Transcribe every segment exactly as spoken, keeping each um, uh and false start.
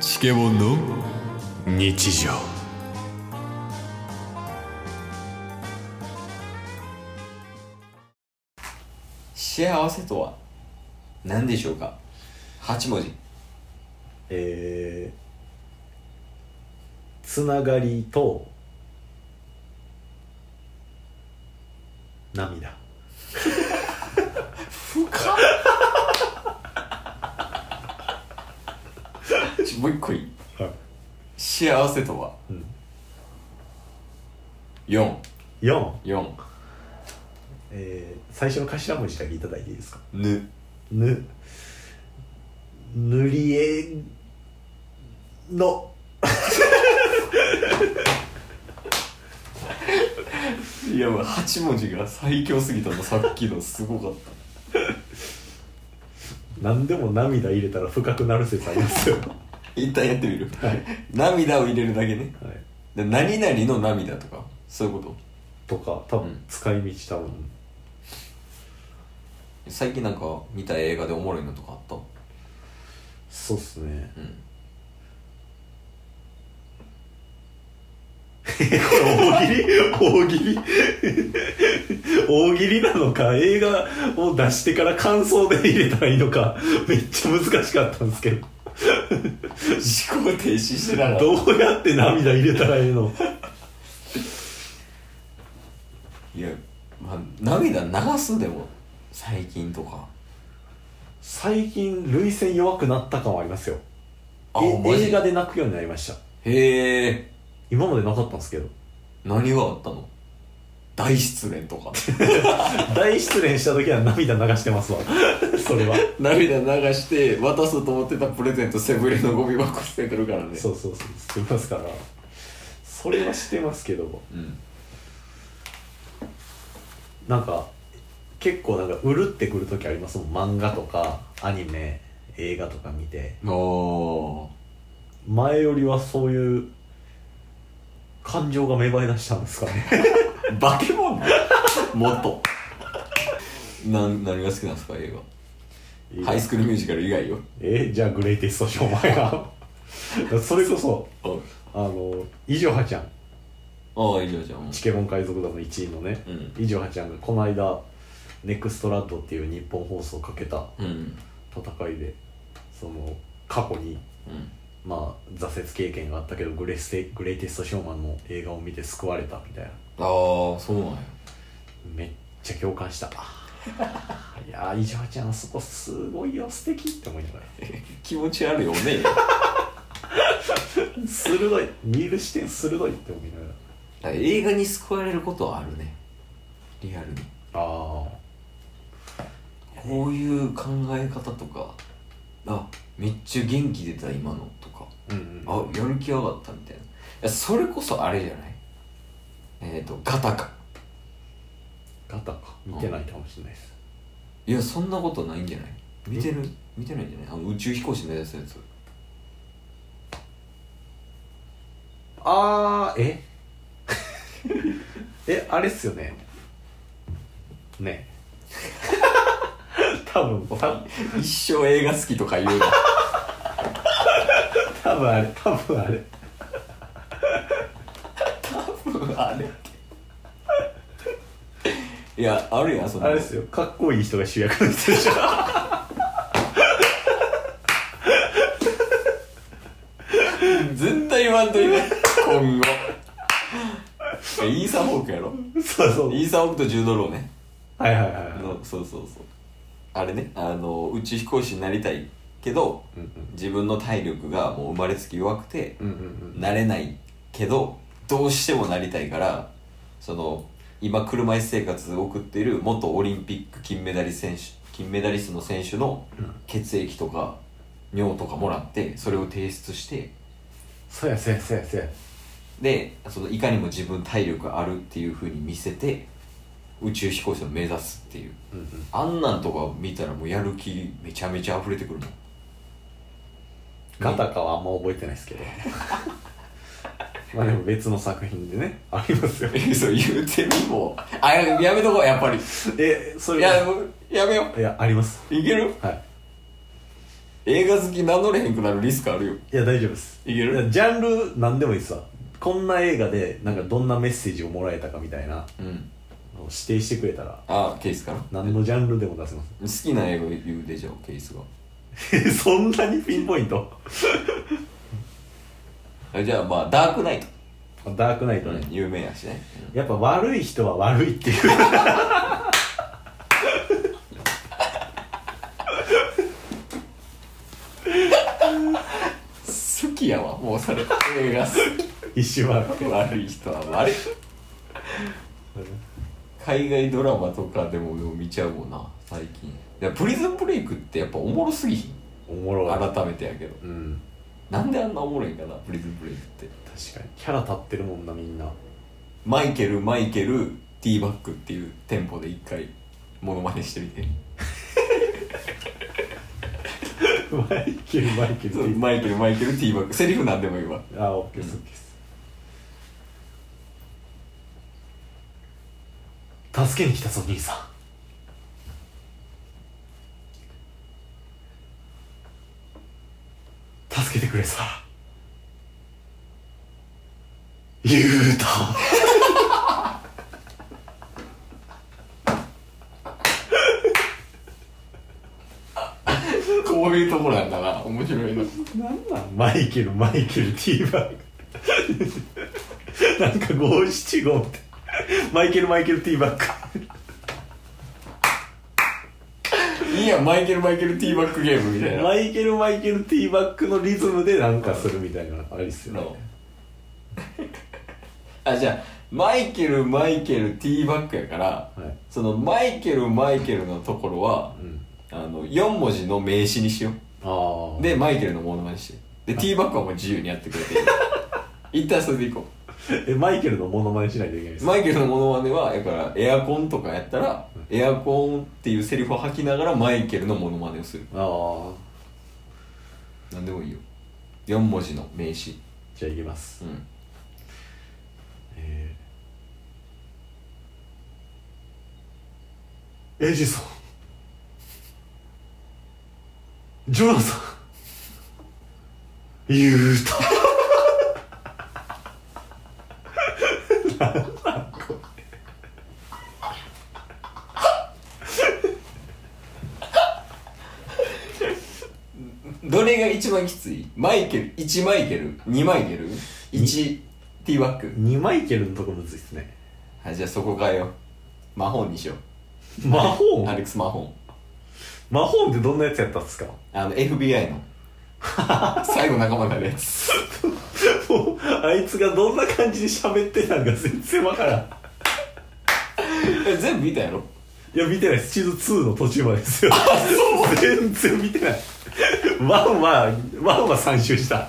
チケボンの日常。幸せとは何でしょうか。はち文字。 えー、つながりと涙。 深っちょもう一個いい、 はい、 幸せとは、 うん、 よん。 よん、 よん。 えー、最初の頭文字だけいただいていいですか。 ぬ。 ぬ塗り絵のいやもうはち文字が最強すぎたの。さっきのすごかった。 何でも涙入れたら深くなる説ありますよ。 一旦やってみる、 はい、 涙を入れるだけね、 はい、 で何々の涙とかそういうこととか多分使い道多分、 最近なんか見た映画でおもろいのとかあった？ そうっすね、 うん、 これ大喜利大喜利大喜利なのか映画を出してから感想で入れたらいいのかめっちゃ難しかったんですけど思考停止してなかった。 どうやって涙入れたらいいの。 いや、まあ、涙流すでも最近とか最近涙腺弱くなった感はありますよ。 あえマジ映画で泣くようになりました。 へえ。 今までなかったんですけど。 何があったの？大失恋とか大失恋した時は涙流してますわそれは涙流して渡そうと思ってたプレゼントセブレのゴミ箱捨ててるからね。 そうそうそう捨てますからそれはしてますけど、 うん、 なんか結構なんかうるってくる時ありますもん。漫画とかアニメ映画とか見て、 お前よりはそういう感情が芽生え出したんですかねバケモンもっとな何が好きなんですか映画。ハイスクールミュージカル以外よ。 えー、じゃあグレイテストショーマンがそれこそあのイジョハちゃん、 ああいいじゃんじゃん。 チケボン海賊団のいちいのね、うん、イジョハちゃんがこの間ネクストラッドっていう日本放送をかけた戦いで、うん、その過去に、うんまあ挫折経験があったけどグレステグレイテストショーマンの映画を見て救われたみたいな。ああそうなんや。めっちゃ共感したいやーイジョハちゃんあそこすごいよ素敵って思いながら気持ち悪いよね鋭い見る視点鋭いって思いながら。 映画に救われることはあるねリアルに。ああこういう考え方とかあめっちゃ元気出た今のとか、うんうん、あやる気上がったみたいな。いやそれこそあれじゃないえっ、ー、とガタカガタカ見てないかもしれないです、 うん、いやそんなことないんじゃない。見てる見てないんじゃない。あの宇宙飛行士目指すやつ。 あーええあれっすよねね多分多分一生映画好きとか言うな多分あれ多分あれ多分あれいやあるやんそのあれですよかっこいい人が主役の人でしょ絶対言わんといて今後イーサン・ホークやろ。 そうそうイーサン・ホークとジュード・ローね。 はいはいはい、はい、 のそうそうそうあれねあの宇宙飛行士になりたいけど、うんうん、自分の体力がもう生まれつき弱くて、うんうんうん、なれないけどどうしてもなりたいからその今車椅子生活を送っている元オリンピック金メダリ選手金メダリストの選手の血液とか尿とかもらってそれを提出してそうやそうやそうやそうやでそのいかにも自分体力あるっていう風に見せて宇宙飛行士を目指すっていう、うんうん、あんなんとか見たらもうやる気めちゃめちゃ溢れてくるもん。 ガタカはあんま覚えてないですけどまあでも別の作品でねありますよえそう言うてみもあやめとこうやっぱりえそれいややめよういやありますいけるはい映画好き名乗れへんくなるリスクあるよ。 いや大丈夫です。 いける？ ジャンル何でもいいっすわ。こんな映画でなんかどんなメッセージをもらえたかみたいな、うん、指定してくれたら、 あケースかな、 何のジャンルでも出せます。 好きな映画言うでじゃあケースがそんなにピンポイントじゃあまあダークナイト。 ダークナイトね、 うん、有名やしね、 うん、やっぱ悪い人は悪いっていう好きやわもうそれ映画好き一瞬悪い悪い人は悪い海外ドラマとかでも見ちゃうもんな最近。いやプリズンブレイクってやっぱおもろすぎひん？ おもろい。 改めてやけど、うん、なんであんなおもろいんかなプリズンブレイクって。 確かにキャラ立ってるもんなみんな。 マイケルマイケルティーバッグっていうテンポで一回モノマネしてみてマイケルマイケルそうマイケルマイケルティーバッグセリフなんでもいいわ。 あオッケーです、オッケーです。助けに来たぞ兄さん、助けてくれさゆうたこういうところなんだな面白いの。 なんなんマイケルマイケルティーバッグなんか五七五ってマイケルマイケルティーバッグいいやマイケルマイケルティーバッグゲームみたいな。 マイケルマイケルティーバッグのリズムでなんかするみたいなあれっすよね。 あじゃあマイケルマイケルティーバッグやから、はい、そのマイケルマイケルのところは、うん、あのよん文字の名詞にしよう。あでマイケルのモノマネしてでティーバッグはもう自由にやってくれて一旦それでいこうえマイケルのモノマネしないといけないですか。 マイケルのモノマネはやからエアコンとかやったら、うん、エアコンっていうセリフを吐きながらマイケルのモノマネをする。ああなんでもいいよ。よん文字の名詞。 じゃあいきます、うんえー、エジソンジョナサンユータなんなんこれどれが一番きつい？マイケルいちマイケルにマイケルいちティーバッグにマイケルのとこむずいっすね。 はいじゃあそこ変えよう。マホンにしよう。マホンアレックスマホン。 マホンってどんなやつやったんですか？ あの エフビーアイ の最後仲間になるやつもうあいつがどんな感じで喋ってたんか全然わからんえ全部見たやろ？ いや見てないです。シーズンツーの途中までですよ全然見てない。ワンはワンはさん周した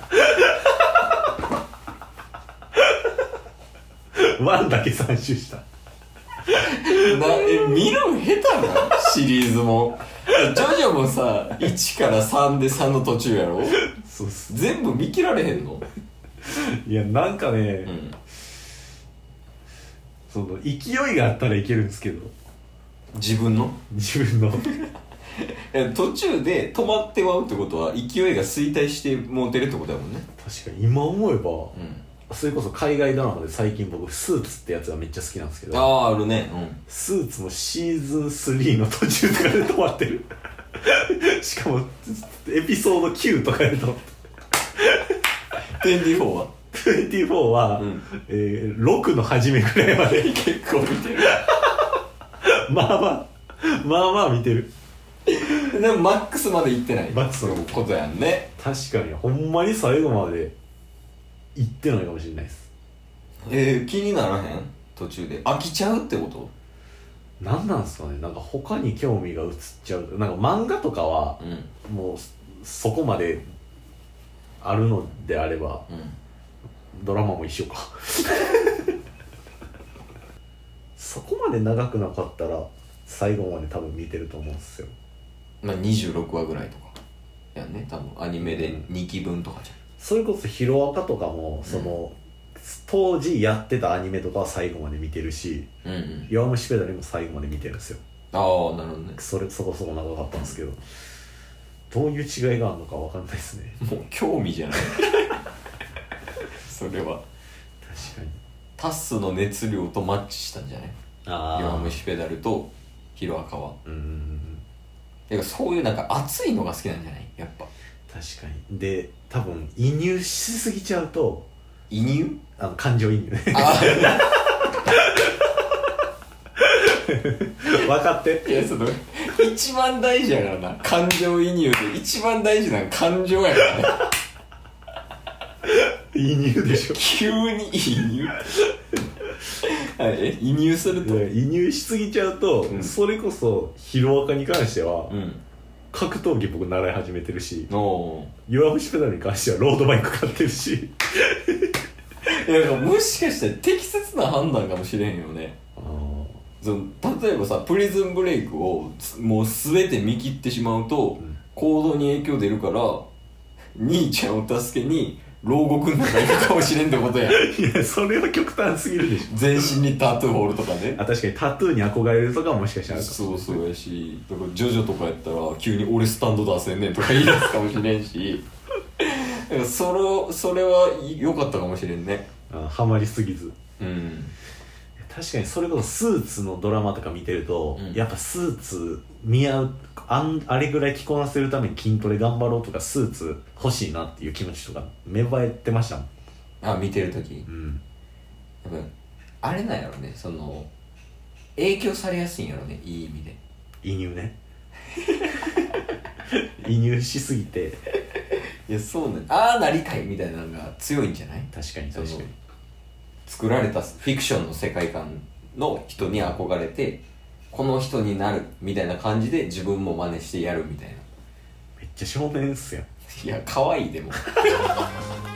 ワンだけさん周したなえ見るん下手なシリーズもジョジョもさいちからさんでさんの途中やろ。そうっす。全部見切られへんの？ いやなんかね、うん、その勢いがあったらいけるんですけど自分の自分の途中で止まってまうってことは勢いが衰退してもうてるってことだもんね。 確かに今思えば、うんそれこそ海外ドラマで最近僕スーツってやつがめっちゃ好きなんですけどあああるね、うん、 スーツもシーズンスリーの途中とかで止まってるしかもエピソードきゅうとかで止まってにじゅうよんはにじゅうよんは、うんえー、ろくの初めぐらいまで結構見てるまあまあまあまあ見てるでもマックスまで行ってないマックスのことやんね。 確かにほんまに最後まで行ってないかもしれないです。 えー、気にならへん？途中で飽きちゃうってこと？ なんなんすかね。なんか他に興味が移っちゃう。なんか漫画とかは、うん、もうそこまであるのであれば、うん、ドラマも一緒かそこまで長くなかったら最後まで多分見てると思うんですよ。 まあにじゅうろくわぐらいとかやね多分アニメでにきぶんとかじゃん。 それこそヒロアカとかもその、うん、当時やってたアニメとかは最後まで見てるし、うんうん、弱虫ペダルも最後まで見てるんですよ。 ああなるほどね。 それそこそこ長かったんですけどどういう違いがあるのか分かんないですね。 もう興味じゃないそれは確かにタスの熱量とマッチしたんじゃない？ あ弱虫ペダルとヒロアカは。 うんうんうん。 だからそういうなんか熱いのが好きなんじゃない？やっぱ確かに。で多分移入しすぎちゃうと移入？ あの感情移入ねあ分かっていやその一番大事やからな、感情移入で一番大事なの感情やからね移入でしょ急に移入え移入すると移入しすぎちゃうと、うん、それこそヒロアカに関しては、うん、格闘技僕習い始めてるし、弱虫ペダルに関してはロードバイク買ってるしいやでももしかしたら適切な判断かもしれへんよね。あその例えばさプリズンブレイクをもう全て見切ってしまうと、うん、行動に影響出るから兄ちゃんを助けに牢獄の中に行くかもしれんってことやいやそれは極端すぎるでしょ。 全身にタトゥーホールとかね。 あ確かにタトゥーに憧れるとかもしかしたらそうそうやし、だからジョジョとかやったら急に俺スタンド出せんねんとか言い出すかもしれんしだからそれそれは良かったかもしれんね。 あハマりすぎず。 うん確かにそれこそスーツのドラマとか見てると、うん、やっぱスーツ似合う あ, あれぐらい着こなせるために筋トレ頑張ろうとかスーツ欲しいなっていう気持ちとか芽生えてましたもん。 あ見てる時、うん、やっぱあれなんやろね、その影響されやすいんやろね、いい意味で。 移入ね移入しすぎていやそうね、ああなりたいみたいなのが強いんじゃない？ 確かに確かに。 作られたフィクションの世界観の人に憧れてこの人になるみたいな感じで自分も真似してやるみたいな。 めっちゃ少年っすよ。 いや可愛いでも